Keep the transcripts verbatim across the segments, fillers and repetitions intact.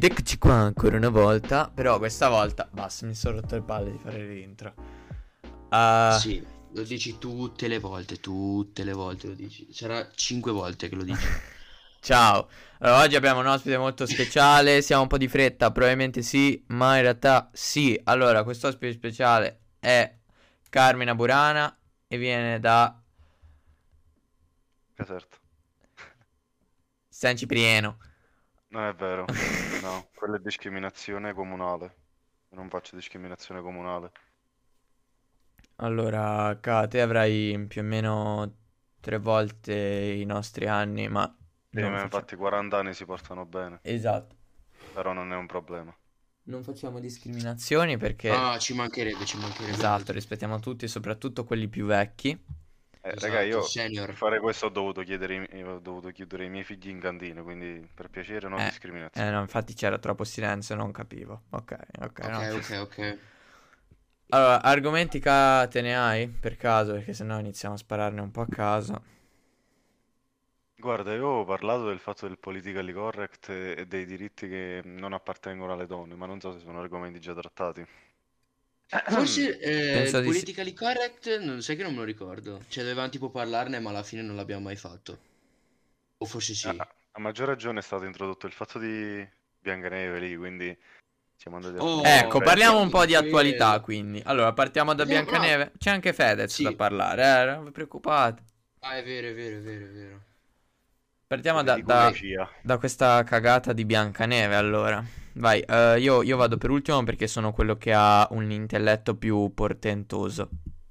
Ed eccoci qua ancora una volta. Però questa volta basta, mi sono rotto le palle di fare l'intro. Uh, Sì, lo dici tutte le volte, tutte le volte lo dici. C'era cinque volte che lo dici. Ciao. Allora, oggi abbiamo un ospite molto speciale. Siamo un po' di fretta, probabilmente sì, ma in realtà sì. Allora, questo ospite speciale è Carmina Burana e viene da Caserta. San Cipriano. Non è vero, no, quella è discriminazione comunale. Io non faccio discriminazione comunale. Allora, Ka, te avrai più o meno tre volte i nostri anni, ma Sì, non ma facciamo... infatti quaranta anni si portano bene, Esatto. però non è un problema. Non facciamo discriminazioni perché... Ah, ci mancherebbe, ci mancherebbe. Esatto, rispettiamo tutti, soprattutto quelli più vecchi. Eh, Esatto, raga, io senior. per fare questo ho dovuto chiedere, i- ho dovuto chiudere i miei figli in cantina, quindi per piacere non Eh, discriminazione. eh no, infatti c'era troppo silenzio, non capivo. Ok, ok, Ok, no. ok, ok. Allora, argomenti Ka te ne hai per caso? Perché sennò iniziamo a spararne un po' a caso. Guarda, io ho parlato del fatto del politically correct e e dei diritti che non appartengono alle donne, ma non so se sono argomenti già trattati. Forse eh, Penso il di sì. politically correct, non sai che non me lo ricordo. Cioè, dovevamo tipo parlarne, ma alla fine non l'abbiamo mai fatto. O forse A, sì. a maggior ragione è stato introdotto il fatto di Biancaneve lì, quindi siamo andati a finire in Oh, Ecco, per parliamo peggio. un po' quello, di per attualità, quello. quindi. Allora, partiamo da Parliamo- ah, Biancaneve. C'è anche Fedez da sì. parlare, eh? Non vi preoccupate. Ah, è vero, è vero, è vero, è vero. Partiamo da, da, Politicologia. da questa cagata di Biancaneve, allora. Vai, eh, io, io vado per ultimo perché sono quello che ha un intelletto più portentoso.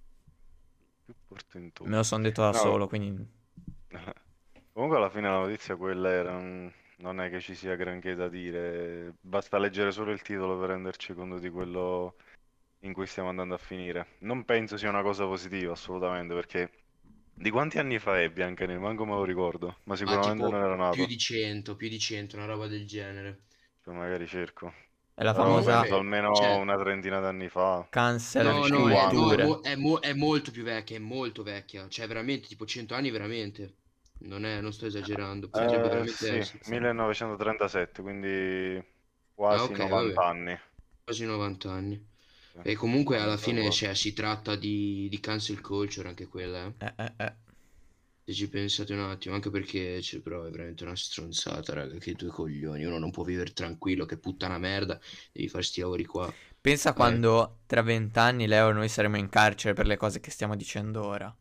Più Me portentoso. lo sono detto da No, solo, quindi... comunque alla fine la notizia quella era, non non è che ci sia granché da dire, basta leggere solo il titolo per renderci conto di quello in cui stiamo andando a finire. Non penso sia una cosa positiva, assolutamente, perché di quanti anni fa è Biancaneve? Manco me lo ricordo, ma Ma sicuramente non tipo ero più nato, di cento, più di cento, una roba del genere. cioè magari cerco. È la Però famosa penso Comunque, almeno cioè, una trentina d'anni fa, cancel anni no, no, è, no, è, cinquanta. mo- culture. è mo- è molto più vecchia, è molto vecchia. Cioè, veramente, tipo cento anni, veramente. Non è, non sto esagerando, potrebbe Eh, veramente sì, essere. millenovecentotrentasette, quindi Ah, quasi ok, novanta vabbè, anni. quasi novanta anni. Sì, E comunque, alla novanta fine, quasi. cioè, si tratta di, di cancel culture, anche quella, eh. Eh, eh, eh. Se ci pensate un attimo, anche perché, cioè, però è veramente una stronzata, raga, che due coglioni. Uno non può vivere tranquillo, che puttana merda, devi fare sti lavori qua. Pensa Eh, quando tra vent'anni Leo e noi saremo in carcere per le cose che stiamo dicendo ora.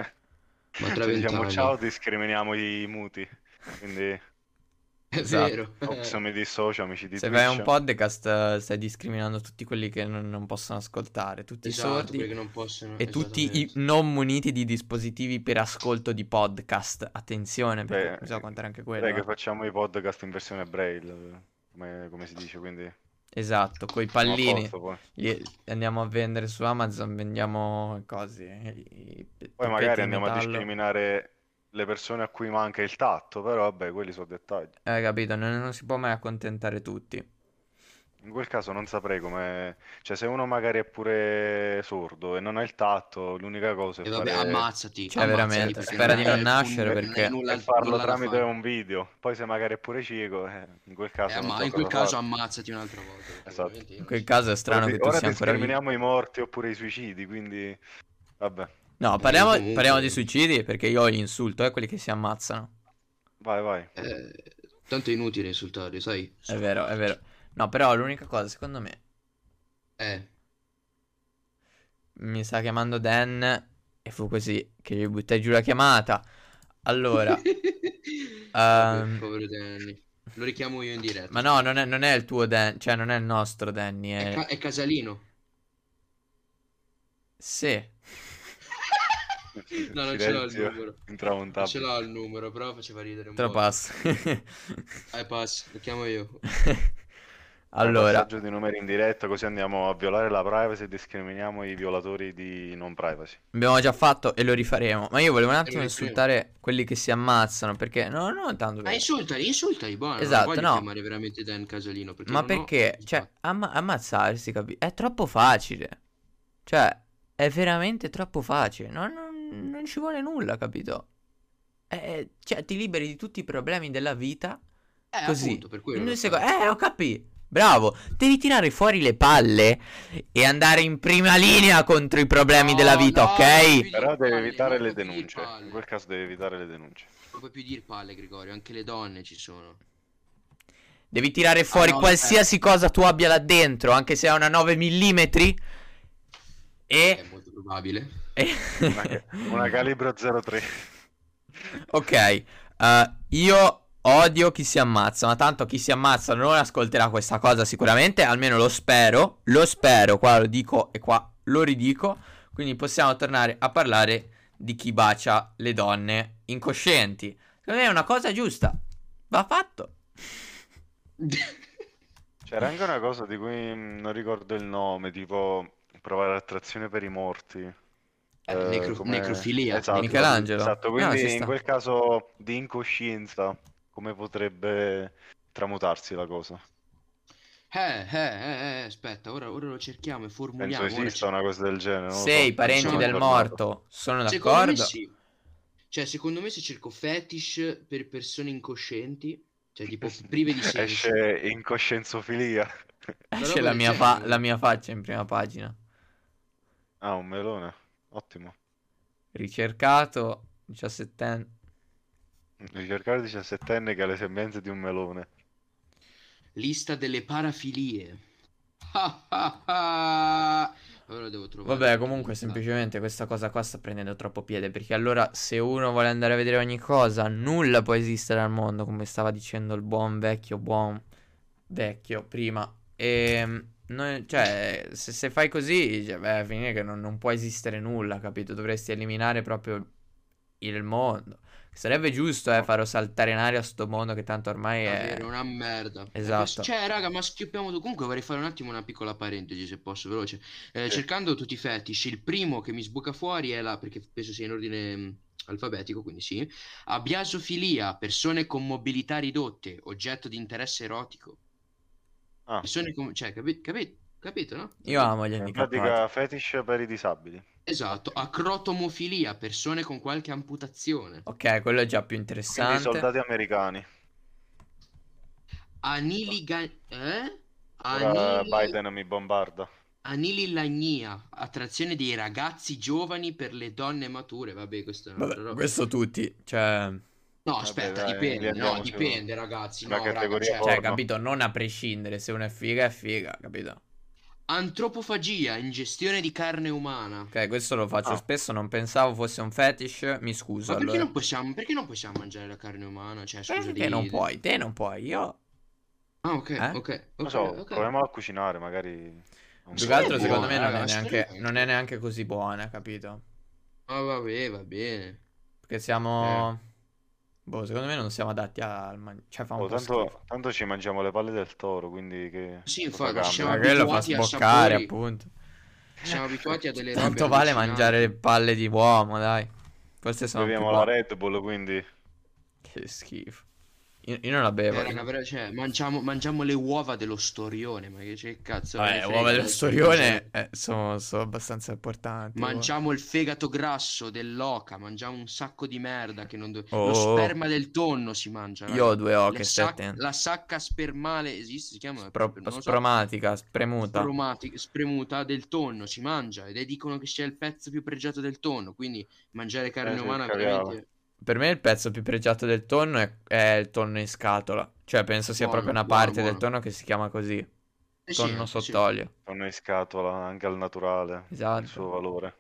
ma tra Ci diciamo vent'anni. ciao, discriminiamo i muti. Quindi, È Esatto. vero. ops, mi dissocio, amici di Se fai un Twitch. podcast eh, stai discriminando tutti quelli che non, non possono ascoltare, tutti i Esatto, sordi perché non possono, e tutti i esattamente. non muniti di dispositivi per ascolto di podcast. Attenzione, perché Beh, bisogna contare anche direi quello, che eh. facciamo i podcast in versione Braille, come, come si dice, quindi Esatto, coi siamo a pallini posto poi. li andiamo a vendere su Amazon, vendiamo cose, i, i Poi magari tacchetti di andiamo a metallo. discriminare le persone a cui manca il tatto, però vabbè, quelli sono dettagli. Eh, capito, non, non si può mai accontentare tutti. In quel caso non saprei come... Cioè, se uno magari è pure sordo e non ha il tatto, l'unica cosa è E vabbè, fare... ammazzati, Cioè, ammazzati, veramente, perché spera non di non è, nascere un- non hai perché... E nulla, farlo nulla da tramite fare. un video. Poi se magari è pure cieco, eh, in quel E caso non amma- so in quel cosa caso fare. ammazzati un'altra volta, perché Esatto. veramente io In non quel ci sto. caso è Ora, strano di- che tu ora sia ancora vivo. discriminiamo i morti oppure i suicidi, quindi... Vabbè, No, Eh, parliamo, parliamo di comunque, suicidi perché io li insulto, eh, quelli che si ammazzano. vai, vai. eh, tanto è inutile insultarli, sai? È vero, è vero. No, però l'unica cosa, secondo me, Eh, mi sta chiamando Dan e fu così che gli buttai giù la chiamata. Allora, vabbè, ehm, povero Danny. Lo richiamo io in diretta, ma no, aspetta. non è, non è il tuo Dan, cioè non è il nostro Danny, È, è... ca- è casalino. Sì. No, non ce l'ho il Silenzio numero. Non ce intramontabile. l'ho il numero, però faceva ridere un Te lo po'. passo. Dai, pass, lo chiamo io. Fai Allora, passaggio di numeri in diretta, così andiamo a violare la privacy e discriminiamo i violatori di non privacy. abbiamo già fatto e lo rifaremo. Ma io volevo un E lo attimo rifaremo. insultare quelli che si ammazzano perché no, no, tanto Ma per... insultali, insultali, buono. Non Esatto, voglio no. chiamare veramente Dan Casalino, perché Ma non ho perché, cioè, curiosità. amma- ammazzarsi, capi? È troppo facile. Cioè, è veramente troppo facile. Non, non- non ci vuole nulla, capito? Eh, cioè, ti liberi di tutti i problemi della vita Eh, Così. appunto, per quello In lo due fai. secondi. Eh, ho capito. Bravo. Devi tirare fuori le palle e andare in prima linea contro i problemi della No, vita, no, non puoi ok? più Però dir devi palle, evitare non le puoi più dir denunce. In palle. quel caso devi evitare le denunce. Non puoi più dir palle, Gregorio, anche le donne ci sono. Devi tirare Ah fuori no, qualsiasi aspetta, cosa tu abbia là dentro, anche se è una nove millimetri. è E... molto probabile. Una, ca- una calibro zero tre. Ok, eh, io odio chi si ammazza, ma tanto chi si ammazza non ascolterà questa cosa sicuramente, almeno lo spero, lo spero, qua lo dico e qua lo ridico, quindi possiamo tornare a parlare di chi bacia le donne incoscienti. Secondo me è una cosa giusta, va fatto. C'era anche una cosa di cui mm, non ricordo il nome, tipo provare attrazione per i morti. Eh, Eh, necro- come... necrofilia, Esatto, necrofilia. Michelangelo? esatto, No, ci quindi in sta. quel caso di incoscienza, come potrebbe tramutarsi la cosa? Eh, eh, eh, eh, aspetta, ora, ora lo cerchiamo e Penso formuliamo. Ora esista ci- una cosa del genere, non lo Se so, i non parenti sono Diciamo, del aggiornato. morto sono secondo me d'accordo, sì. Cioè, secondo me se cerco fetish per persone incoscienti, cioè tipo prive di senso, Esce incoscienzofilia. una esce roba la del mia, fa- la genere. mia faccia in prima pagina. Ah, un melone, ottimo. Ricercato, diciassettenne. Ricercare diciassettenne che ha le sembianze di un melone. Lista delle parafilie. Ah, ah, ah. Ora devo trovare Vabbè, tutto comunque listato. semplicemente questa cosa qua sta prendendo troppo piede, perché allora se uno vuole andare a vedere ogni cosa, nulla può esistere al mondo, come stava dicendo il buon vecchio, buon vecchio prima. E noi- cioè, se, se fai così, cioè, beh, a finire che non, non può esistere nulla, capito? Dovresti eliminare proprio il mondo. Sarebbe giusto, eh, No. farlo saltare in aria sto mondo che tanto ormai Davvero, è... una merda. E questo- Esatto. Cioè, raga, ma schioppiamo tu. Comunque vorrei fare un attimo una piccola parentesi, se posso, veloce. Eh, Sì. cercando tutti i fetish, il primo che mi sbuca fuori è la, perché penso sia in ordine mh, alfabetico, quindi sì. Abiasofilia, persone con mobilità ridotte, oggetto di interesse erotico. Ah, Persone con... Cioè, capi- capi- capito, no? Io Capito? amo gli in handicappati. pratica fetish per i disabili. Esatto, acrotomofilia, persone con qualche amputazione. Ok, quello è già più Quindi interessante. soldati americani. Aniliga... Eh? Ora Anili... Biden mi bombarda. Anilillagnia, attrazione dei ragazzi giovani per le donne mature. Vabbè, questa è un'altra Vabbè, roba. questo tutti, cioè... No, Vabbè, aspetta, dai, dipende. No, riandiamo su dipende, ragazzi. una No, raga, categoria cioè, Cioè, porno. capito? Non a prescindere, se uno è figa è figa, capito? antropofagia, ingestione di carne umana. Ok, questo lo faccio Ah. spesso, non pensavo fosse un fetish, mi scuso Ma perché allora. non possiamo, perché non possiamo mangiare la carne umana? Cioè, scusa Perché di... non puoi? Te non puoi, io... Ah, ok, Eh? ok, Non ok, so, ok. proviamo a cucinare, magari un Più Sì, che altro è po' secondo buona, me non è raga, neanche, assolutamente. non è neanche così buona, capito? Ah, vabbè, va bene. Perché siamo... Boh, secondo me non siamo adatti al man- Cioè fa un Oh, po' tanto, schifo. tanto ci mangiamo le palle del toro, quindi che Sì, cosa infatti, ci siamo Ma cambia? quello fa abituati a sboccare, sapori. appunto. Siamo abituati a delle robe Tanto vale allucinanti. mangiare le palle di uomo, dai. Queste sono più Beviamo la buone. Red Bull, quindi Che schifo. Io, io non la bevo. Eh, io raga, non- però, cioè, mangiamo, mangiamo le uova dello storione, ma che c'è cazzo me ne Vabbè, frega uova dello adesso di mangiare- storione eh, sono, sono abbastanza importanti. uova. Mangiamo il fegato grasso dell'oca, mangiamo un sacco di merda che non do- Oh, Lo oh. sperma del tonno si mangia, Io ho raga. due La, oche, stai sac- attento. la sacca spermale esiste, si chiama? Spro- Non lo so. spromatica, spremuta. Spromati- spremuta del tonno si mangia ed è dicono che sia il pezzo più pregiato del tonno, quindi mangiare carne Eh sì, il umana caviale. veramente Per me il pezzo più pregiato del tonno è, è il tonno in scatola. Cioè, penso sia Buono, proprio una buono, parte del buono. tonno che si chiama così. Eh sì, Tonno eh, sì. sott'olio. tonno in scatola, anche al naturale, il suo Esatto. valore.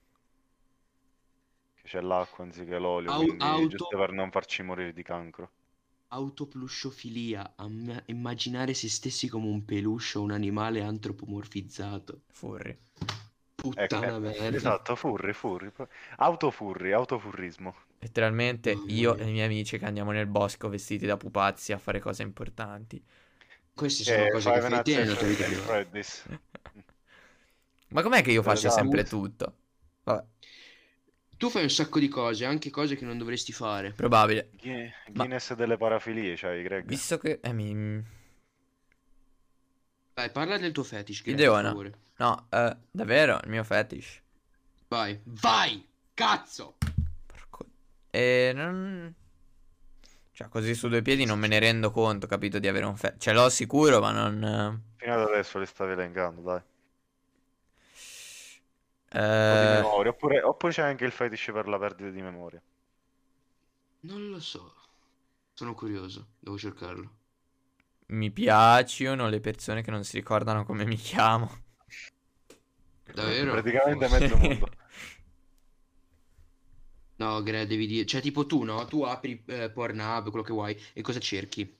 Che c'è l'acqua anziché l'olio, Au- quindi auto- giusto per non farci morire di cancro. Autoplusciofilia, am- immaginare se stessi come un peluche o un animale antropomorfizzato. Furri. Puttana Ecco, merda. esatto, furri, furri. Autofurri, autofurrismo. Letteralmente Mamma io mia. e i miei amici che andiamo nel bosco vestiti da pupazzi a fare cose importanti. Queste sono Eh, cose che Five fai Nights te at nella tua vita privata. Freddy's. Ma com'è che io Delle faccio date. sempre tutto? Vabbè, Tu fai un sacco di cose, anche cose che non dovresti fare. probabile. Gui- Ma- Guinness delle parafilie, c'hai, Greg. Visto che... Eh, mi... Vai, parla del tuo fetish, Greg, Ideona. per favore. No, eh, davvero, il mio fetish. Vai. Vai! Cazzo! Porco... E non... Cioè, così su due piedi non me ne rendo conto, capito, di avere un fe... Ce l'ho sicuro, ma non... Fino ad adesso li stavi elencando, dai. eh, O di eh, memoria, oppure, oppure c'è anche il fetish per la perdita di memoria. Non lo so. Sono curioso, devo cercarlo. mi piacciono le persone che non si ricordano come mi chiamo. Davvero? Praticamente Forse. mezzo mondo. No, Gre, devi dire... Cioè, tipo tu, no? Tu apri eh, Pornhub, quello che vuoi, e cosa cerchi?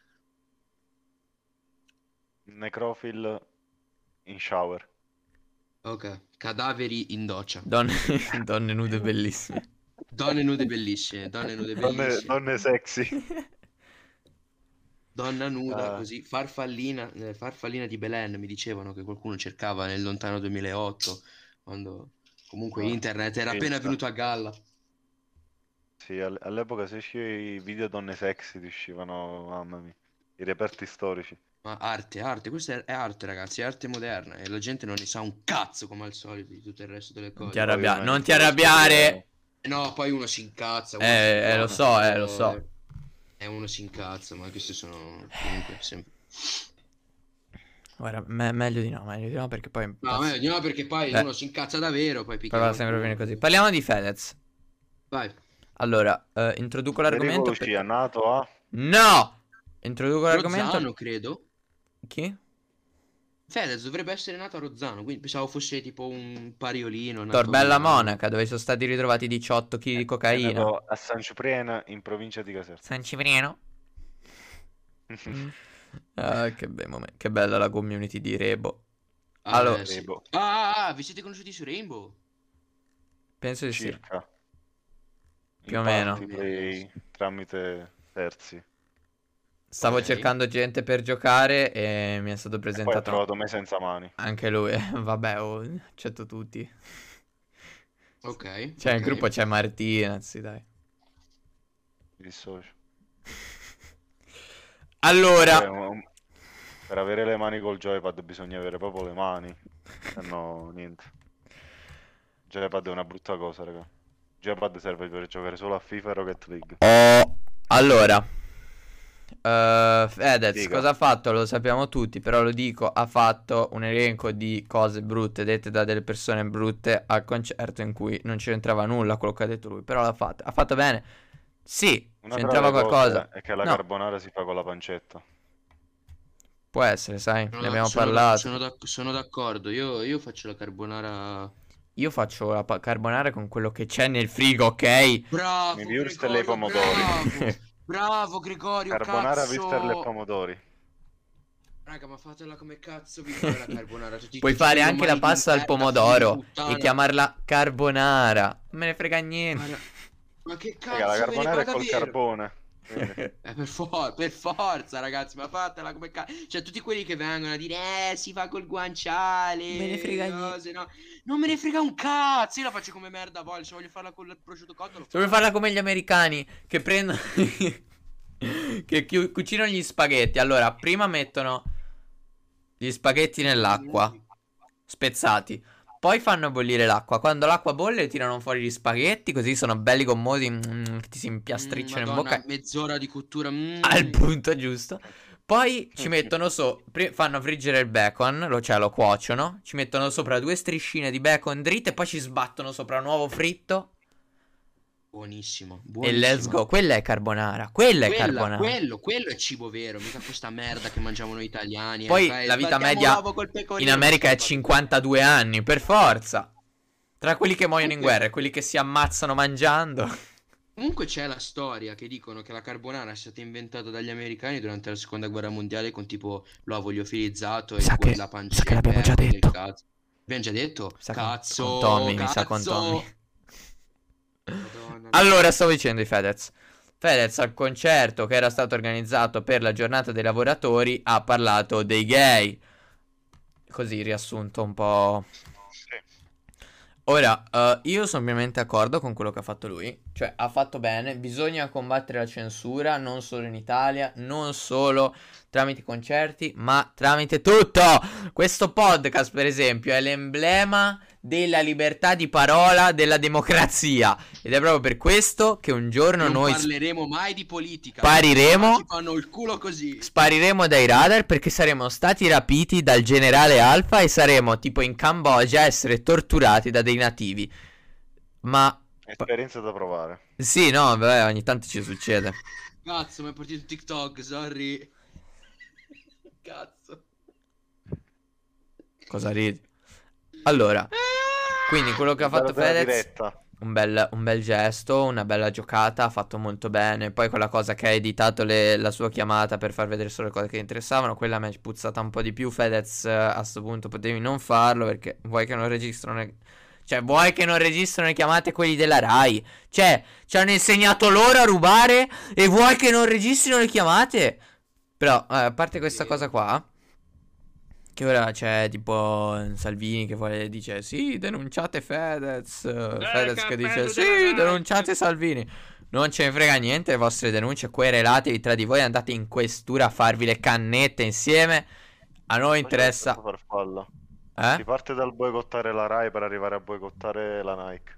Necrofil in shower. Ok. Cadaveri in doccia. Donne, donne nude bellissime. Donne nude bellissime, donne nude Donne, bellissime. donne sexy. Donna nuda, Ah. così. Farfallina, eh, farfallina di Belen, mi dicevano che qualcuno cercava nel lontano duemilaotto, quando comunque Ah, internet era appena Insta. venuto a galla. Sì, all- all'epoca se usciva i video donne sexy ti uscivano, mamma mia, i reperti storici. Ma arte, arte, questa è, è arte, ragazzi, è arte moderna e la gente non ne sa un cazzo come al solito di tutto il resto delle Non ti cose. arrabbia- Poi non una- ti arrabbiare. No, poi uno si incazza. Uno Eh, si eh, lo incazza, so, eh, lo so. E uno si incazza, ma questi sono comunque sempre... Guarda, me- meglio di no, meglio di no perché poi... No, pazz- meglio di no, perché poi Eh. uno si incazza davvero, poi picchia poi va qualcuno. sempre bene così. Parliamo di Fedez. Vai. Allora, eh, introduco l'argomento... Federico Lucia, per- nato a... No! Introduco l'argomento... Rozzano, credo. Chi? Fedez dovrebbe essere nato a Rozzano, quindi pensavo fosse tipo un pariolino. nato Torbella a- Monaca, dove sono stati ritrovati diciotto chili di È cocaina. nato a San Cipriano in provincia di Caserta. San Cipriano. Ah, che, bei momen- che bella la community di Rebo. Ah, Allora- eh, sì. Rainbow. Ah, ah, ah, vi siete conosciuti su Rainbow? Penso di sì. Circa. Più o In meno. parti play tramite terzi. Stavo Ok. cercando gente per giocare e mi è stato E poi ho presentato trovato me senza mani. anche lui. Vabbè, oh, accetto tutti. Ok. Cioè, ok. nel gruppo c'è Martinez, sì, dai. Mi dissocio. Allora, Cioè, un- per avere le mani col joypad bisogna avere proprio le mani. Se no, niente. Il joypad è una brutta cosa, raga. Il joypad serve per giocare solo a FIFA e Rocket League. oh, allora, eh, Fedez, Dica. cosa ha fatto? Lo sappiamo tutti, però lo dico, ha fatto un elenco di cose brutte dette da delle persone brutte al concerto in cui non c'entrava nulla quello che ha detto lui, però l'ha fatto. Ha fatto bene? Sì, Una c'entrava tra le qualcosa. cose è che la No. carbonara si fa con la pancetta. Può essere, sai, Sono ne da- abbiamo sono da- parlato. sono d'ac- sono d'accordo. Io, io faccio la carbonara. Io faccio la pa- carbonara con quello che c'è nel frigo, ok? Bravo, Mi virstel e i Gregorio, pomodori. bravo. Bravo, Gregorio, Carbonara, cazzo. vister e pomodori. Raga, ma fatela come cazzo vi vuole la carbonara. Tutti- Puoi tutti fare sono anche mani la di pasta al merda, pomodoro figli di puttana. e chiamarla carbonara. Non me ne frega Ma, niente. ma che cazzo Raga, la ve ne carbonara è fa col davvero? carbone. Quindi- Eh, per, for- per forza, ragazzi, ma fatela come cazzo. Cioè, tutti quelli che vengono a dire, eh, si fa col guanciale. Me ne frega cose, no. Non me ne frega un cazzo. Io la faccio come merda voglio. Se voglio farla con il prosciutto cotto, lo Se vuoi faccio. farla come gli americani che prendono che chi- cucinano gli spaghetti. Allora, prima mettono gli spaghetti nell'acqua spezzati. Poi fanno bollire l'acqua. Quando l'acqua bolle tirano fuori gli spaghetti, così sono belli gommosi, mm, che ti si impiastricciano Mm, in Madonna, bocca mezz'ora di cottura. mm. al punto giusto. Poi ci mettono so, pri- fanno friggere il bacon, lo, cioè lo cuociono, ci mettono sopra due striscine di bacon dritte e poi ci sbattono sopra un uovo fritto Buonissimo, e buonissimo. let's go. Quella è carbonara, quella è Quella- carbonara. quello, quello è cibo vero, mica questa merda che mangiamo noi italiani. Poi eh, fai- la vita sbattiamo media l'uovo col pecorino, in America è sbattiamo- cinquantadue anni, per forza. Tra quelli che muoiono in Ok. guerra e quelli che si ammazzano mangiando. Comunque c'è la storia che dicono che la carbonara è stata inventata dagli americani durante la seconda guerra mondiale con tipo l'uovo liofilizzato e Sa poi che- la pancia sa che di l'abbiamo già bacon del detto. cazzo. Abbiamo già detto? Sa con- Cazzo, con Tommy, mi cazzo. sa con Tommy. Madonna. Allora, stavo dicendo di Fedez. Fedez al concerto che era stato organizzato per la giornata dei lavoratori ha parlato dei gay. Così riassunto un po'. Ora, eh, io sono pienamente d'accordo con quello che ha fatto lui. Cioè, ha fatto bene. Bisogna combattere la censura, non solo in Italia, non solo tramite i concerti, ma tramite tutto. Questo podcast, per esempio, è l'emblema della libertà di parola, della democrazia. Ed è proprio per questo che un giorno Non noi parleremo mai di politica. spariremo, Ci fanno il culo così. spariremo dai radar perché saremo stati rapiti dal generale Alfa e saremo tipo in Cambogia a essere torturati da dei nativi. Ma Esperienza da provare. sì, no, vabbè, ogni tanto ci succede. Cazzo, mi è partito TikTok, sorry. Cazzo. Cosa ridi? Allora, quindi quello che ha fatto Guarda la Fedez, diretta. un bel, un bel gesto, una bella giocata, ha fatto molto bene. Poi quella cosa che ha editato le- la sua chiamata per far vedere solo le cose che interessavano, quella mi è puzzata un po' di più. Fedez, eh, a sto punto potevi non farlo perché vuoi che non registrano le... Cioè, vuoi che non registrano le chiamate quelli della Rai? Cioè, ci hanno insegnato loro a rubare e vuoi che non registrino le chiamate? Però, eh, a parte questa cosa qua, che ora c'è tipo Salvini che vuole, dice sì, denunciate Fedez. Fedez che dice sì, denunciate Salvini. Non ce ne frega niente, le vostre denunce, querelatevi tra di voi, andate in questura a farvi le cannette insieme. A noi interessa... Farfalla. Eh? Si parte dal boicottare la Rai per arrivare a boicottare la Nike.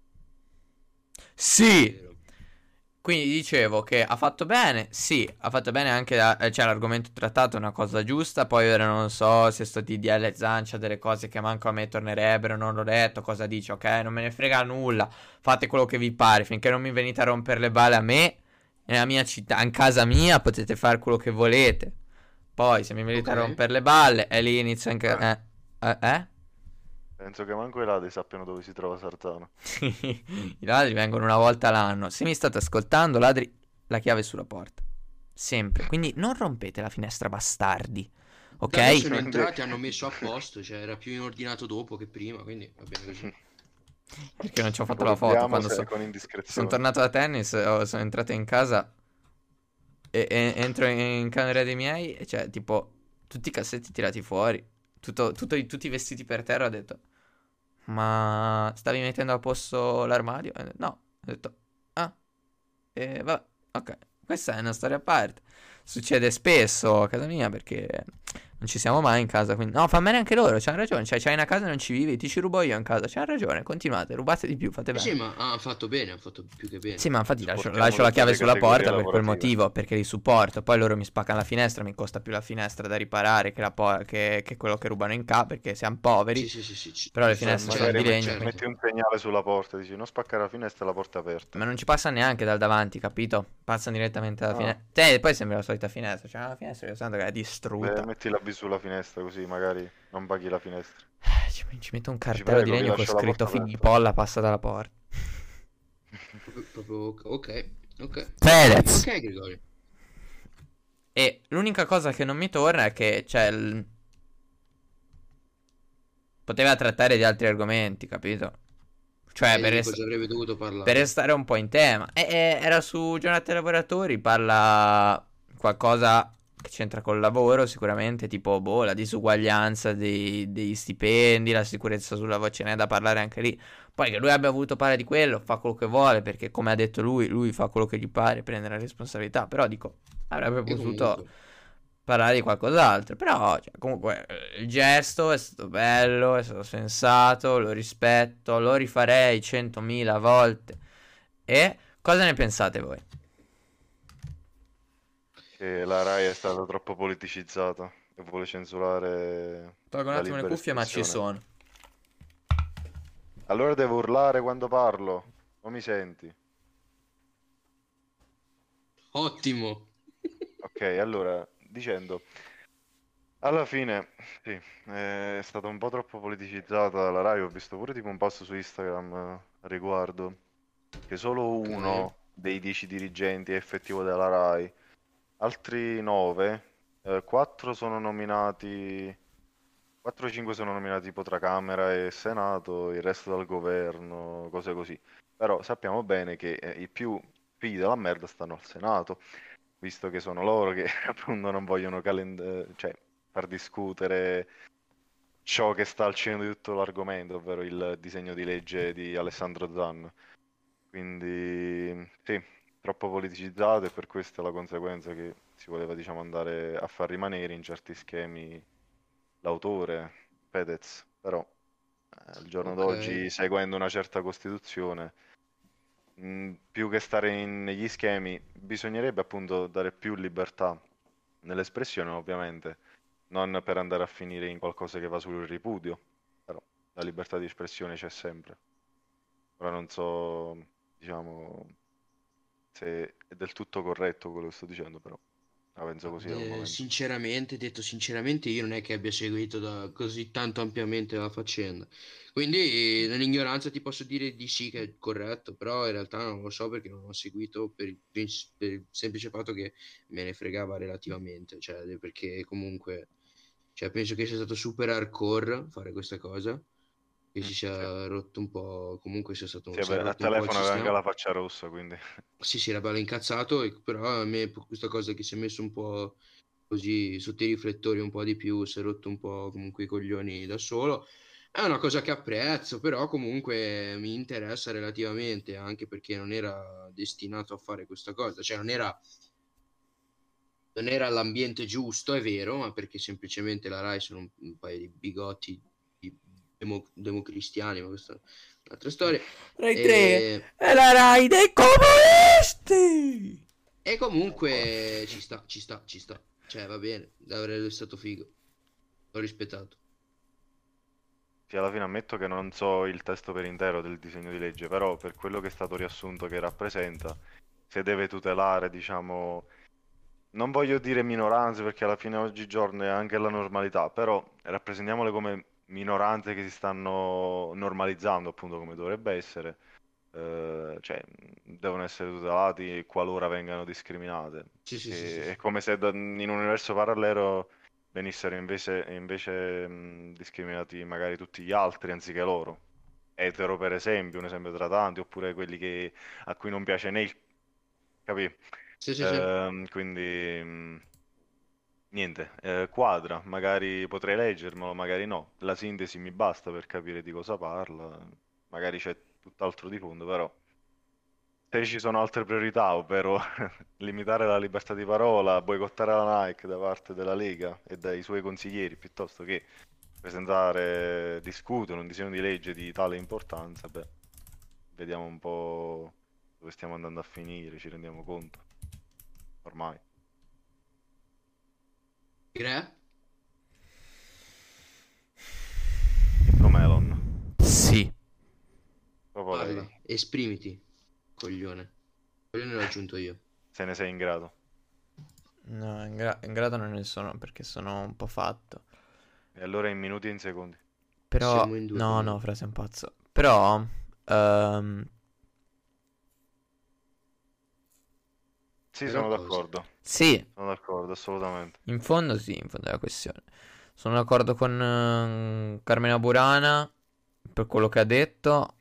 Sì! Quindi dicevo che ha fatto bene, sì, ha fatto bene anche, la- eh, cioè l'argomento trattato è una cosa giusta, poi ora non so se sto D D L Zancia delle cose che manco a me tornerebbero, non l'ho letto, cosa dice, ok, non me ne frega nulla, fate quello che vi pare, finché non mi venite a rompere le balle a me, nella mia città, in casa mia, potete fare quello che volete, poi se mi venite Ok. a rompere le balle, e lì inizia anche, eh, eh, eh? Penso che manco i ladri sappiano dove si trova Sartano. I ladri vengono una volta l'anno. Se mi state ascoltando, ladri, la chiave è sulla porta. Sempre. Quindi non rompete la finestra, bastardi. Ok? Da me sono entrati, hanno messo a posto, cioè era più ordinato dopo che prima, quindi va bene così. Perché non ci ho fatto la foto. Guardiamo Quando se so- è con sono indiscrezione. tornato da tennis, oh, sono entrato in casa e, e- entro in camera dei miei e c'è tipo tutti i cassetti tirati fuori. Tutto, tutto i- tutti i vestiti per terra. Ho detto, ma stavi mettendo a posto l'armadio? E ho detto, no. Ho detto, ah. E vabbè, ok. Questa è una storia a parte. Succede spesso a casa mia perché non ci siamo mai in casa. Quindi... No, fa bene anche loro, c'hanno ragione. Cioè, c'hai una casa e non ci vivi, ti ci rubo io in casa. C'hanno ragione, continuate, rubate di più, fate Eh bene. sì, ma hanno fatto bene, hanno fatto più che bene. Sì, ma infatti lascio, Supportiamo lascio la tutte chiave le sulla categorie porta per quel lavorative. motivo, perché li supporto. Poi loro mi spaccano la finestra, mi costa più la finestra da riparare che, la po- che, che quello che rubano in ca, perché siamo poveri. Sì, sì, sì, sì, ci- Però le ci finestre sta, sono Magari di metti, legno. certo. metti un segnale sulla porta, dici non spaccare la finestra e la porta aperta. Ma non ci passa neanche dal davanti, capito? Passano direttamente dalla Ah. finestra. Te, poi sembra la solita finestra. Cioè, una finestra che sento che è distrutta. Beh, metti la B sulla finestra così magari non paghi la finestra. Eh, Ci, ci metto un cartello prego, di vi legno con lascio la scritto porta figli aperta. polla, passa dalla porta. Proprio, proprio- ok, ok. Fedez. Ok, Gregorio. E l'unica cosa che non mi torna è che, cioè, il- poteva trattare di altri argomenti, capito? Cioè, Eh, per, di est- cosa avrebbe dovuto parlare? per restare un po' in tema. E, e- era su giornate dei lavoratori, parla qualcosa che c'entra col lavoro, sicuramente, tipo, boh, la disuguaglianza dei- degli stipendi, la sicurezza sul lavoro, ce n'è da parlare anche lì. Poi che lui abbia voluto parlare di quello, fa quello che vuole, perché come ha detto lui, lui fa quello che gli pare, prende la responsabilità. Però dico, avrebbe E potuto comunque, parlare di qualcos'altro. Però, cioè, comunque, eh, il gesto è stato bello, è stato sensato, lo rispetto, lo rifarei centomila volte. E cosa ne pensate voi? Che la Rai è stata troppo politicizzata e vuole censurare Tolgo un la attimo le libera cuffie, ma ci espressione. sono. Allora devo urlare quando parlo, non mi senti? ottimo. Ok, allora, dicendo, alla fine, sì, è stata un po' troppo politicizzata la Rai, ho visto pure tipo un post su Instagram eh, a riguardo, che solo uno dei dieci dirigenti è effettivo della Rai, altri nove, eh, quattro sono nominati, quattro o cinque sono nominati tipo tra Camera e Senato, il resto dal governo, cose così. Però sappiamo bene che eh, i più figli della merda stanno al Senato, visto che sono loro che appunto non vogliono calend- cioè, far discutere ciò che sta al centro di tutto l'argomento, ovvero il disegno di legge di Alessandro Zan. Quindi sì, troppo politicizzato e per questa è la conseguenza che si voleva, diciamo, andare a far rimanere in certi schemi l'autore, Fedez, però eh, al giorno Ok. d'oggi, seguendo una certa Costituzione, mh, più che stare in- negli schemi, bisognerebbe appunto dare più libertà nell'espressione, ovviamente, non per andare a finire in qualcosa che va sul ripudio, però la libertà di espressione c'è sempre. Ora non so, diciamo, se è del tutto corretto quello che sto dicendo, però la penso Ma, così al eh, momento. sinceramente, detto sinceramente, io non è che abbia seguito da così tanto ampiamente la faccenda. Quindi, eh, nell'ignoranza ti posso dire di sì che è corretto, però in realtà non lo so perché non ho seguito per il, princ- per il semplice fatto che me ne fregava relativamente, cioè perché comunque, cioè, penso che sia stato super hardcore fare questa cosa, che Mm, si sì. sia rotto un po', comunque sia Sì, stato, si è vabbè, a rotto un po' il telefono aveva anche sistema. la faccia rossa, quindi Sì, sì, era bello incazzato, e- però a me questa cosa che si è messo un po' così sotto i riflettori un po' di più, si è rotto un po' comunque i coglioni da solo, è una cosa che apprezzo, però comunque mi interessa relativamente, anche perché non era destinato a fare questa cosa, cioè non era, non era l'ambiente giusto, è vero, ma perché semplicemente la Rai sono un, un paio di bigotti di demo- democristiani, ma questa è un'altra storia. Rai tre E, è la Rai dei comunisti! e comunque ci sta, ci sta, ci sta. Cioè, va bene, avrebbe stato figo. L'ho rispettato. sì, alla fine ammetto che non so il testo per intero del disegno di legge, però per quello che è stato riassunto che rappresenta, se deve tutelare, diciamo, non voglio dire minoranze perché alla fine oggigiorno è anche la normalità, però rappresentiamole come minoranze che si stanno normalizzando, appunto come dovrebbe essere, eh, cioè devono essere tutelati qualora vengano discriminate, Sì, sì, sì, sì, perché è sì. come se da- in un universo parallelo venissero invece, invece mh, discriminati magari tutti gli altri anziché loro. Etero per esempio, un esempio tra tanti, oppure quelli che- a cui non piace né il... Capì? Sì, sì, sì. Ehm, quindi mh, niente, eh, quadra, magari potrei leggermelo, magari no. La sintesi mi basta per capire di cosa parla, magari c'è tutt'altro di fondo, però se ci sono altre priorità, ovvero limitare la libertà di parola, boicottare la Nike da parte della Lega e dai suoi consiglieri, piuttosto che presentare, discutere un disegno di legge di tale importanza, beh, vediamo un po' dove stiamo andando a finire, ci rendiamo conto, ormai. Gre? Idromelon, Sì. proprio lei, Parla, esprimiti, coglione. Coglione l'ho aggiunto io. se ne sei in grado. No, in, gra- in grado non ne sono perché sono un po' fatto. E allora in minuti e in secondi. Però, Siamo in due no, no, comunque. fra sei un pazzo. Però, ehm, Sì, Però sono cosa? d'accordo, sì, sono d'accordo, assolutamente. in fondo sì, in fondo è la questione. Sono d'accordo con eh, Carmela Burana per quello che ha detto,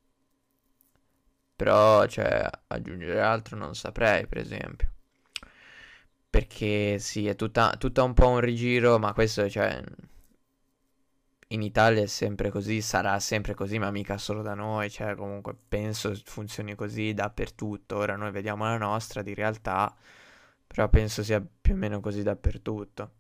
però, cioè, aggiungere altro non saprei, per esempio. Perché sì, è tutta, tutta un po' un rigiro, ma questo, cioè, in Italia è sempre così, sarà sempre così, ma mica solo da noi, cioè, comunque penso funzioni così dappertutto. Ora noi vediamo la nostra di realtà, però penso sia più o meno così dappertutto.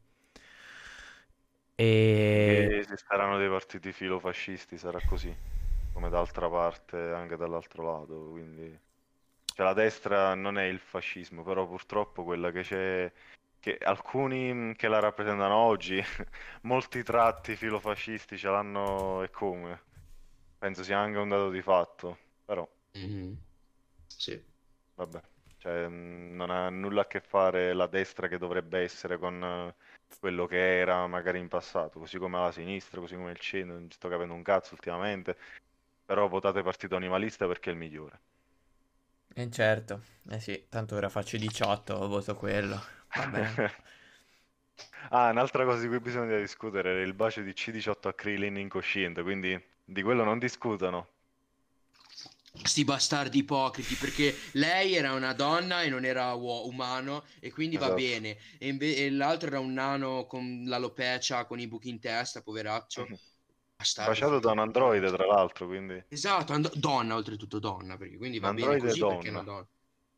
E... Finché esisteranno dei partiti filofascisti sarà così, come d'altra parte anche dall'altro lato, quindi... Cioè la destra non è il fascismo, però purtroppo quella che c'è, che alcuni mh, che la rappresentano oggi, molti tratti filofascisti ce l'hanno e come. Penso sia anche un dato di fatto, però Mhm. Sì. vabbè, cioè, mh, non ha nulla a che fare la destra che dovrebbe essere con eh, quello che era magari in passato, così come la sinistra, così come il centro, non ci sto capendo un cazzo ultimamente, però votate partito animalista perché è il migliore. Eh certo, eh sì, tanto ora faccio i diciotto, voto quello, va bene. Ah, un'altra cosa di cui bisogna discutere era il bacio di C diciotto a Krillin incosciente, quindi di quello non discutono. Sti bastardi ipocriti, perché lei era una donna e non era uo- umano, e quindi va Esatto. bene. E, inve- e l'altro era un nano con l'alopecia, con i buchi in testa, poveraccio. Mhm. Bastardi Baciato figli da di un puttana. androide, tra l'altro, quindi Esatto, and- donna oltretutto donna, perché quindi un va bene androide così perché è una donna. donna.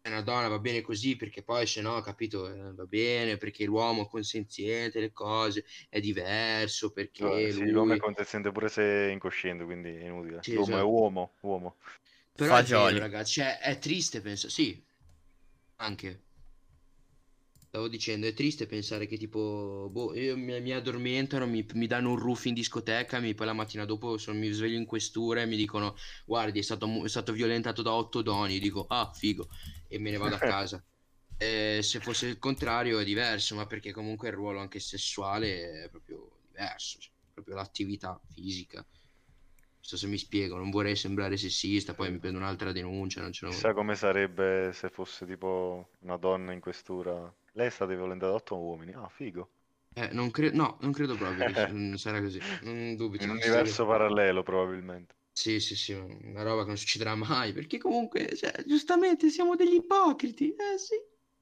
è una donna va bene così perché poi se no, capito, eh, va bene perché l'uomo è consenziente, le cose è diverso Lo- perché Sì, l'uomo è lui... consenziente pure se è incosciente, quindi è inutile. Sì, L'uomo è esatto. uomo, uomo. Però è vero, Fagioli. ragazzi, cioè, è triste pensare, sì, anche, stavo dicendo, è triste pensare che tipo, boh, io mi, mi addormentano, mi, mi danno un ruff in discoteca, mi, poi la mattina dopo sono- mi sveglio in questura e mi dicono, guardi, è stato, mu- è stato violentato da otto donni, io dico, ah, figo, e me ne vado a casa. Eh, se fosse il contrario è diverso, ma perché comunque il ruolo anche sessuale è proprio diverso, cioè, proprio l'attività fisica. Non so se mi spiego, non vorrei sembrare sessista, poi mi Sì. prendo un'altra denuncia, non ce la... Chissà come sarebbe se fosse tipo una donna in questura. Lei è stata violentata da otto uomini. Ah, figo. Eh, non cre- no, non credo proprio che ci- mm, sarà così. Non In dubito, un visto universo che... parallelo, probabilmente. Sì, sì, sì, una roba che non succederà mai, perché comunque, cioè, giustamente, siamo degli ipocriti, eh sì.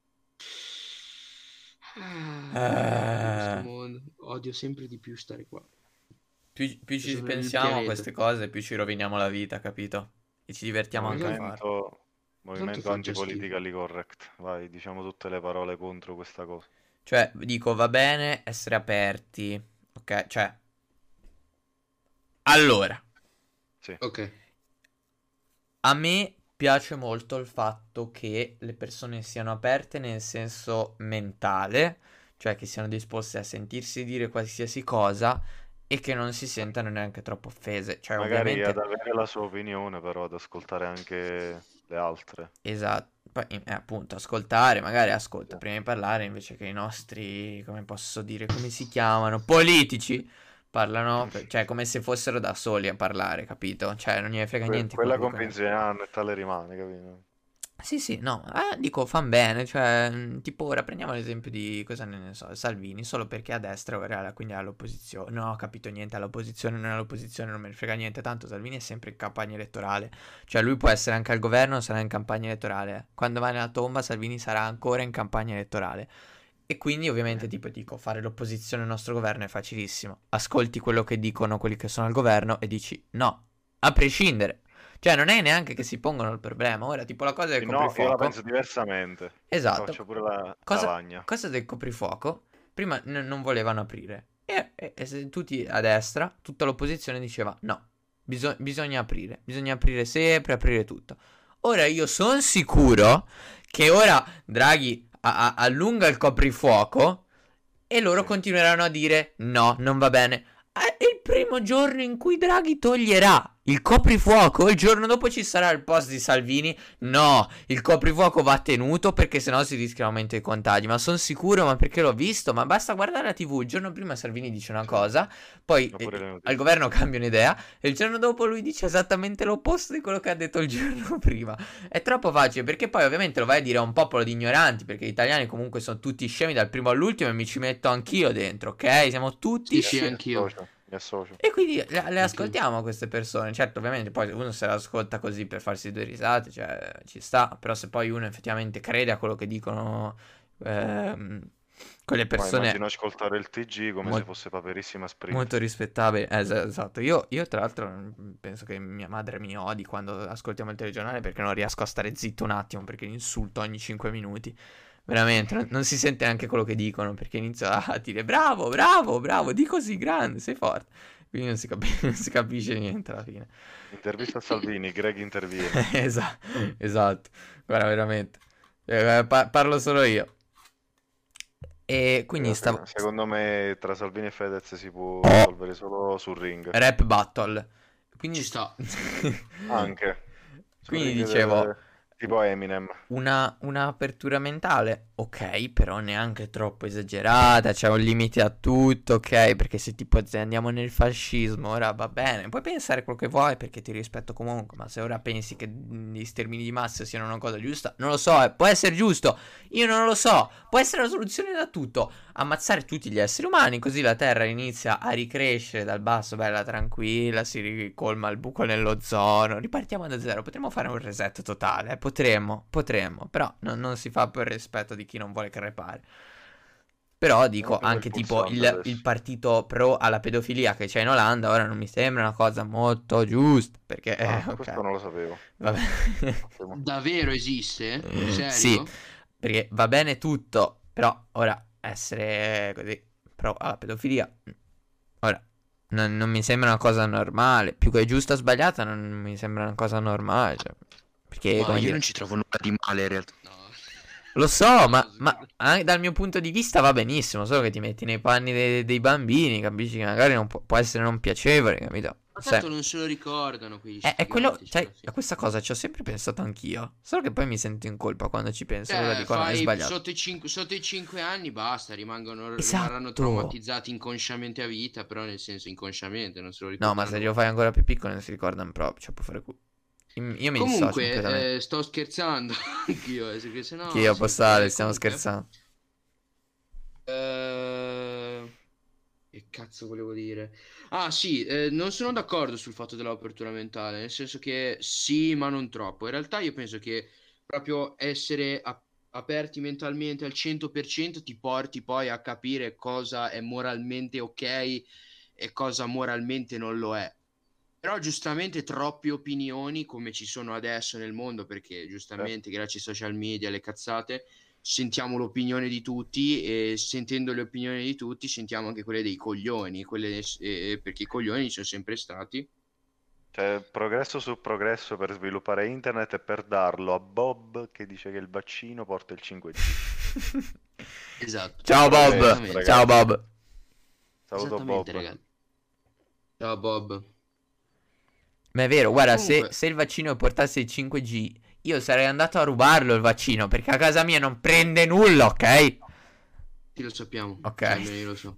Ah, odio questo Eh, mondo, odio sempre di più stare qua. più, più Io ci sono nel pensiamo a pianeta. queste cose, più ci roviniamo la vita, capito? E ci divertiamo Ma anche a tanto, farlo. Movimento, tanto movimento fa già schifo. antipolitically correct. Vai, diciamo tutte le parole contro questa cosa. Cioè, dico, va bene essere aperti, ok? Cioè, allora, Sì, Ok, a me piace molto il fatto che le persone siano aperte nel senso mentale, cioè che siano disposte a sentirsi dire qualsiasi cosa e che non si sentano neanche troppo offese. Cioè, magari ad ovviamente, avere la sua opinione, però ad ascoltare anche le altre. esatto. Poi, eh, appunto, ascoltare, magari Sì. ascolta prima di parlare invece che i nostri, come posso dire, come si chiamano? Politici parlano, per- cioè come se fossero da soli a parlare, capito? Cioè, non gliene frega Que- niente quello quella che dicono. convinzione hanno e tale rimane, capito? Sì, sì, no, eh, dico, fan bene, cioè, mh, tipo ora prendiamo l'esempio di, cosa ne so, Salvini, solo perché a destra ora, è- quindi è all'opposizione, non ho capito niente all'opposizione, non è all'opposizione, non me ne frega niente, tanto Salvini è sempre in campagna elettorale, cioè lui può essere anche al governo, sarà in campagna elettorale, quando va nella tomba Salvini sarà ancora in campagna elettorale, e quindi ovviamente tipo dico, fare l'opposizione al nostro governo è facilissimo, ascolti quello che dicono quelli che sono al governo e dici no, a prescindere. Cioè, non è neanche che si pongono il problema. Ora, tipo la cosa del Sì, no, io la penso coprifuoco. diversamente. Esatto. Faccio pure la Cosa, lavagna. cosa del coprifuoco? Prima n- non volevano aprire. E, e- e se tutti a destra, tutta l'opposizione diceva no, biso- bisogna aprire. Bisogna aprire sempre, aprire tutto. Ora io sono sicuro che ora Draghi a- a- allunga il coprifuoco e loro Sì. continueranno a dire no, non va bene. È il primo giorno in cui Draghi toglierà il coprifuoco. Il giorno dopo ci sarà il post di Salvini. No, il coprifuoco va tenuto perché sennò si rischia l'aumento dei contagi. Ma sono sicuro, ma perché l'ho visto? Ma basta guardare la tivù. Il giorno prima Salvini dice una Sì. cosa, poi Oppure eh, le al notizie. governo cambia un'idea e il giorno dopo lui dice esattamente l'opposto di quello che ha detto il giorno prima. È troppo facile perché poi ovviamente lo vai a dire a un popolo di ignoranti perché gli italiani comunque sono tutti scemi dal primo all'ultimo e mi ci metto anch'io dentro, ok? Siamo tutti sì, Mi sì, scemi. anch'io, associo, mi associo. E quindi le, le anch'io. ascoltiamo queste persone. Certo, ovviamente poi uno se l'ascolta così per farsi due risate, cioè ci sta. Però se poi uno effettivamente crede a quello che dicono ehm, quelle Ma immagino persone ascoltare il T G come se mo- fosse Paperissima Sprint. molto rispettabili, eh, es- esatto. Io, io tra l'altro mm, penso che mia madre mi odi quando ascoltiamo il telegiornale perché non riesco a stare zitto un attimo perché insulto ogni cinque minuti. Veramente, non, non si sente neanche quello che dicono perché inizio a dire bravo, bravo, bravo, di così grande, sei forte. Quindi non si, capi- non si capisce niente alla fine. Intervista a Salvini, Greg interviene. Esa- esatto, guarda, veramente. Eh, pa- parlo solo io. E quindi Eh, stavo... se- Secondo me tra Salvini e Fedez si può Oh, risolvere solo sul ring. rap battle. Quindi... Ci st- sta. Anche sul quindi ring dicevo... de- tipo Eminem. Una, una apertura mentale, ok, però neanche troppo esagerata, c'è un limite a tutto, ok, perché se tipo se andiamo nel fascismo, ora va bene, puoi pensare quello che vuoi perché ti rispetto comunque, ma se ora pensi che mh, gli stermini di massa siano una cosa giusta, non lo so, eh, può essere giusto, io non lo so, può essere la soluzione da tutto, ammazzare tutti gli esseri umani, così la Terra inizia a ricrescere dal basso, bella tranquilla, si ricolma il buco nell'ozono, ripartiamo da zero, potremmo fare un reset totale, eh, potremmo, potremmo, però no- non si fa per rispetto di chi non vuole crepare. Però dico Non premo il anche tipo pulsante il, adesso. il partito pro alla pedofilia che c'è in Olanda ora non mi sembra una cosa molto giusta. Perché, eh, Ah, ok, questo non lo sapevo. vabbè. Ottimo. Davvero esiste? Sì, Serio? perché va bene tutto, però ora essere così pro alla pedofilia, ora non, non mi sembra una cosa normale. Più che giusta o sbagliata, non mi sembra una cosa normale. Cioè, perché, Ma come io dire, non ci trovo nulla di male in realtà. No. lo so, No, ma, sicuro. ma anche dal mio punto di vista va benissimo. Solo che ti metti nei panni dei, dei bambini, capisci che magari non può, può essere non piacevole, capito? Ma Se- tanto non se lo ricordano quegli è, è quello, stronzi, cioè, alla fine. a questa cosa ci ho sempre pensato anch'io. Solo che poi mi sento in colpa quando ci penso. Allora Cioè, dico, no, è fai sbagliato. sotto i, cinque, sotto i cinque anni basta, rimangono, Esatto. rimarranno traumatizzati inconsciamente a vita, però nel senso inconsciamente non se lo No, ricordano. ma se glielo fai ancora più piccolo non si ricordano proprio. Cioè, può fare cu- Io io mi dissocio completamente. Comunque, eh, sto scherzando anch'io, eh, perché se no... Che io sì, postale, eh, stiamo comunque, scherzando. eh, Che cazzo volevo dire? Ah sì, eh, non sono d'accordo sul fatto dell'apertura mentale, nel senso che sì, ma non troppo. In realtà io penso che proprio essere a- aperti mentalmente al cento per cento ti porti poi a capire cosa è moralmente ok e cosa moralmente non lo è. Però giustamente troppe opinioni come ci sono adesso nel mondo, perché giustamente grazie ai social media, alle cazzate, sentiamo l'opinione di tutti e sentendo le opinioni di tutti sentiamo anche quelle dei coglioni, quelle, eh, perché i coglioni ci sono sempre stati. Cioè, progresso su progresso per sviluppare internet e per darlo a Bob che dice che il vaccino porta il cinque G. Esatto. Ciao Bob. Esattamente. Ciao Bob. Saluto Esattamente, Bob. ragazzi. Ciao Bob. Ma è vero, guarda, se, Comunque- se il vaccino portasse il cinque G, io sarei andato a rubarlo il vaccino, perché a casa mia non prende nulla, ok? Sì, lo sappiamo. Ok. Cioè, almeno io lo so.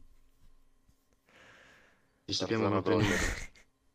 Ci sappiamo zona che non prende d'ombra. nulla.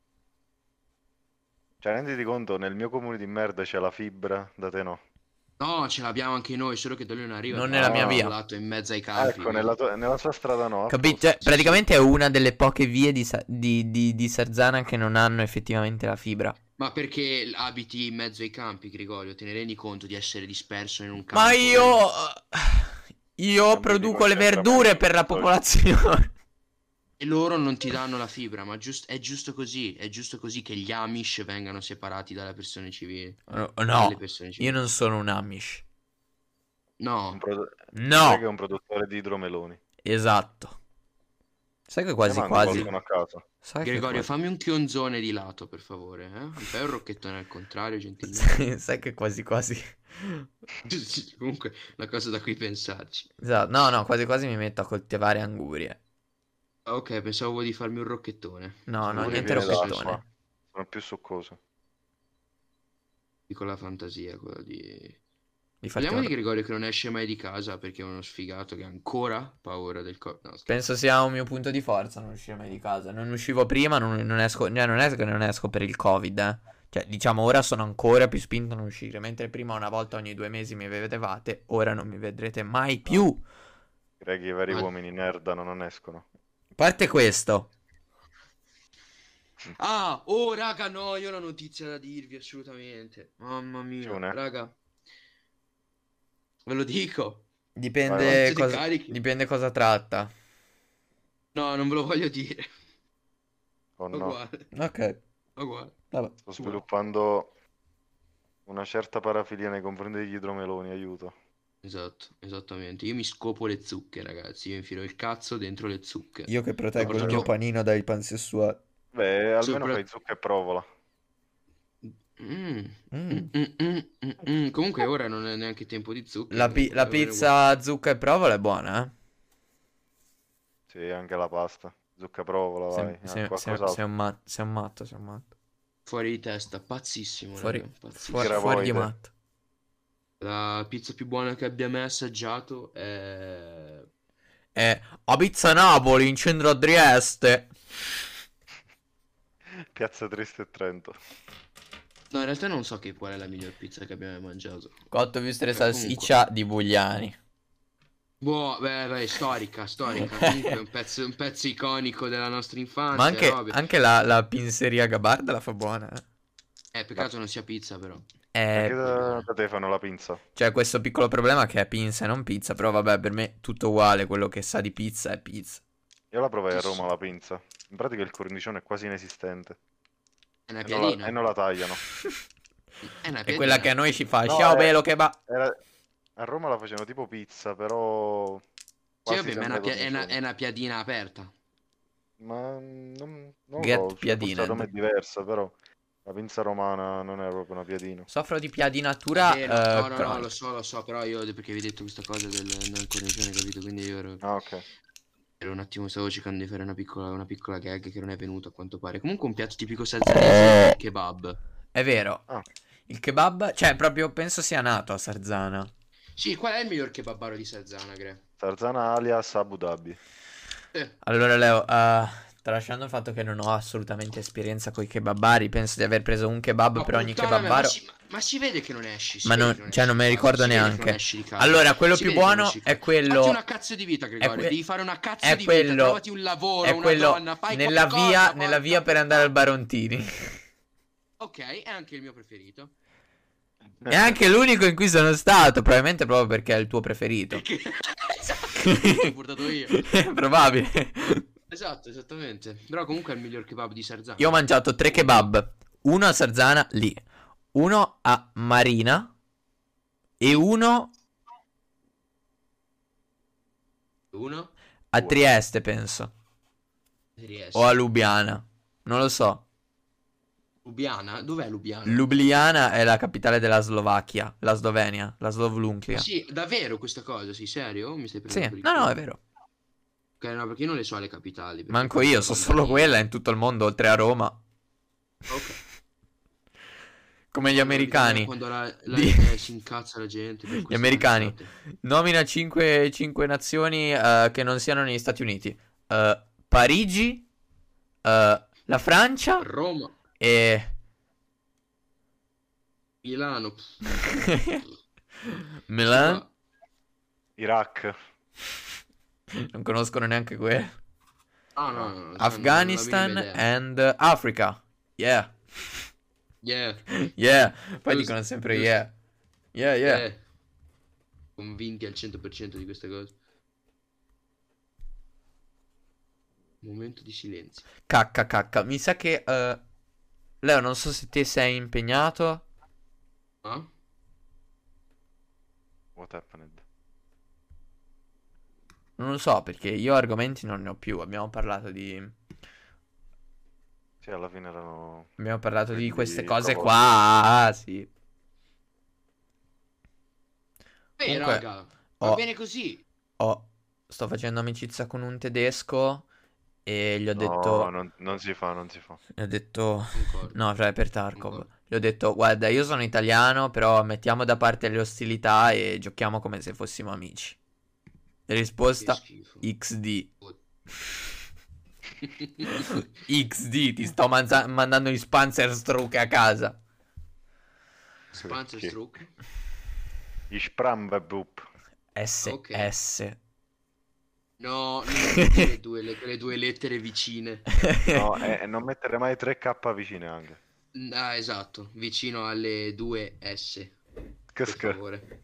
Cioè, renditi conto, nel mio comune di merda c'è la fibra, da te no. No, ce l'abbiamo anche noi, solo che da lui non arriva. Non perché nella mia è via. isolato in mezzo ai Ah, campi. ecco, nella, tua- nella sua strada no. a Capito? posto. Cioè, praticamente è una delle poche vie di, Sa- di, di, di Sarzana che non hanno effettivamente la fibra. Ma perché abiti in mezzo ai campi, Gregorio? Te ne rendi conto di essere disperso in un campo? Ma io... Io Campi di produco le verdure concentramento, per la solito. popolazione. E loro non ti danno la fibra, ma giust- è giusto così. È giusto così che gli Amish vengano separati dalle persone civili. No, Dalle no, persone io civili. non sono un Amish. No. Un produ- No. Sai che è un produttore di idromeloni. Esatto. Sai che Ne quasi mando quasi... qualcuno a casa. Sai che Gregorio, quasi... fammi un chionzone di lato, per favore. Eh? Mi fai un rocchettone al contrario, gentilmente. Sai che quasi quasi... Comunque, una cosa da cui pensarci. Esatto, no, no, quasi quasi mi metto a coltivare angurie. Ah, ok, pensavo di farmi un rocchettone. No, no, Pure niente viene rocchettone. d'acqua. Sono più succoso. Con la fantasia, quella di... Di farti Parliamo un- di Gregorio che non esce mai di casa perché è uno sfigato che ha ancora paura del Covid. No, scherzo. Penso sia un mio punto di forza non uscire mai di casa. Non uscivo prima, non, non esco, cioè non esco, non esco per il Covid, eh. Cioè, diciamo, ora sono ancora più spinto a non uscire. Mentre prima una volta ogni due mesi mi vedevate, ora non mi vedrete mai più. Direi che i veri Ma- uomini nerdano non escono. A parte questo, Ah, oh raga, no, io ho una notizia da dirvi assolutamente. Mamma mia, Cione. raga. Ve lo dico. dipende, Vai, vai. Siete cosa, carichi? dipende cosa tratta. No, non ve lo voglio dire. Oh no. Uguale, Ok, uguale. vabbè. Sto sviluppando una certa parafilia nei confronti degli idromeloni, aiuto. Esatto, esattamente. Io mi scopo le zucche, ragazzi. Io infilo il cazzo dentro le zucche. Io che proteggo il Soprattutto- mio panino dai pansessuali. Beh, almeno Sopra- fai zucca e provola. Mm. Mm. Mm, mm, mm, mm, mm. Comunque ora non è neanche tempo di zucche. La, pi- comunque, la va bene pizza zucca e provola è buona, eh? Sì, anche la pasta. Zucca provola, Sei, vai. sei- Ah, sei- qualcos'altro. sei un matto, sei un matto, sei un matto. fuori di testa, pazzissimo, Fuori, raga, pazzissimo. fuori, fuori di Gravoide. matto. La pizza più buona che abbia mai assaggiato è... È a Pizza Napoli in centro a Trieste. Piazza Trieste e Trento. No, in realtà non so che qual è la miglior pizza che abbiamo mai mangiato. Cotto, viste Eh, salsiccia di Bugliani. Boh, beh, beh, storica, storica. Comunque è un pezzo, un pezzo iconico della nostra infanzia. Ma anche, robe. anche la, la pinzeria Gabarda la fa buona, eh. Eh, peccato non sia pizza, però. Perché Eh, da, da te fanno la pinza? C'è questo piccolo problema che è pinza e non pizza, però vabbè, per me tutto uguale, quello che sa di pizza è pizza. Io la provai a Sì, Roma sì. la pinza. In pratica il cornicione è quasi inesistente. È una E non la, piadina. e non la tagliano. È una È quella che a piadina. noi ci fa, No, ciao è- bello che va. era- a Roma la facevano tipo pizza, però Sì, quasi vabbè, ma è senza una, pia- è una- cornicione. è una piadina aperta. Ma non, non lo Get so, cioè, forse a Roma è piadined. diversa, però la pinza romana non è proprio una piadina. Soffro di piadinatura Vabbè, no, no, eh, no, no, lo cronica. so, lo so, però io perché avevi detto questa cosa del, del cornicione, capito? Quindi io ero, Ah, ok. ero un attimo, stavo cercando di fare una piccola, una piccola gag che non è venuta a quanto pare. Comunque un piatto tipico sarzanese è il kebab. È vero, Ah, il kebab, cioè proprio penso sia nato a Sarzana. Sì, qual è il miglior kebabaro di Sarzana, Gre? Tarzana alias Abu Dhabi. Eh, Allora Leo, eh, tralasciando il fatto che non ho assolutamente esperienza con i kebabari, penso di aver preso un kebab ma per ogni puttana me, ma, kebabaro. si, ma, ma si vede che non esci, si Ma vede non, che non cioè esci non me di ne casa, ricordo si vede che non neanche. esci di casa. Allora, quello Si più vede che non buono esci di è casa. quello. Fatti una cazzo di vita, Gregorio, que- devi fare una cazzo È di quello. vita, trovati un lavoro, È una quello donna, fai nella qualcosa, via, porca nella via per andare al Barontini. Ok, è anche il mio preferito. È anche l'unico in cui sono stato, probabilmente proprio perché è il tuo preferito. Perché... esatto, l'ho portato io. È probabile. Esatto, esattamente. Però comunque è il miglior kebab di Sarzana. Io ho mangiato tre kebab. Uno a Sarzana, lì. Uno a Marina. E uno Uno? a Trieste, penso. Trieste. O a Lubiana. Non lo so. Lubiana? Dov'è Lubiana? Lubliana è la capitale della Slovacchia. La Slovenia. La Slovlunklia. Ma sì, davvero questa cosa? Sì, serio? Mi stai Sì, prendendo per il no, no, culo? è vero. Ok, no, perché io non le so le capitali. perché Manco poi io, sono so solo lontani. quella in tutto il mondo, oltre a Roma. Ok. Come gli Quando- americani. Quando la, la- Di- eh, si incazza la gente per Gli queste americani. cazzate. Nomina cinque nazioni eh, che non siano negli Stati Uniti. Eh, Parigi, eh, la Francia Roma, e... Milano. Milan. Iraq. Non conoscono neanche quello. Ah, no, no, no, Afghanistan non ho la minima idea. and Africa. Yeah. Yeah, Yeah. Poi Giusto, dicono sempre giusto. yeah. Yeah, yeah. eh, convinti al cento per cento di queste cose. Momento di silenzio. Cacca, cacca. Mi sa che... eh, Leo, non so se te sei impegnato. Ah? What happened? Non lo so, perché io argomenti non ne ho più. Abbiamo parlato di... Sì, alla fine erano... Abbiamo parlato di Quelli queste cose famosi. qua. Ah, sì. Beh, Comunque, raga, va ho- bene così. Ho... Sto facendo amicizia con un tedesco e gli ho No, detto... non, non si fa, non si fa. Gli ho detto... Concordo. No, fra per Tarkov. Concordo. Gli ho detto, guarda, io sono italiano, però mettiamo da parte le ostilità e giochiamo come se fossimo amici. Che Risposta schifo. X D. X D, ti sto manza- mandando gli Panzerstruck a casa. Panzerstruck. Gli Sprambebup. S Ok. S. No, non metti le due, le, le due lettere vicine. No, e, e non mettere mai tre K vicine anche. Ah, esatto, vicino alle due S. Per Sk. favore.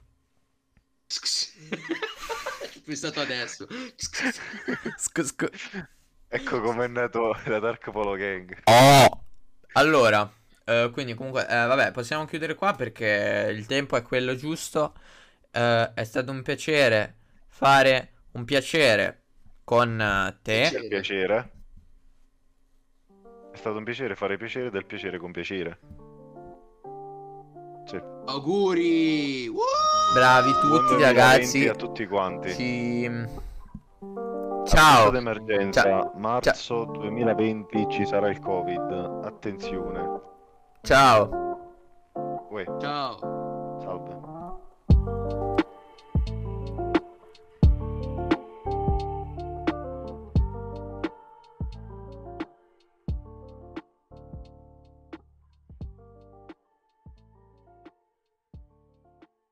Ho pensato adesso. Sc- sc- Ecco com'è nato la Dark Polo Gang. Oh! Allora, eh, quindi comunque, eh, vabbè, possiamo chiudere qua perché il tempo è quello giusto. Eh, è stato un piacere fare un piacere con eh, te. Piacere. Per piacere. È stato un piacere fare piacere del piacere con piacere. Sì. Auguri! Woo! Bravi Buon tutti duemilaventi ragazzi. a tutti quanti. Ci... Avviso Ciao. d'emergenza, Ciao. marzo duemilaventi ci sarà il Covid. Attenzione. Ciao. Uè. Ciao.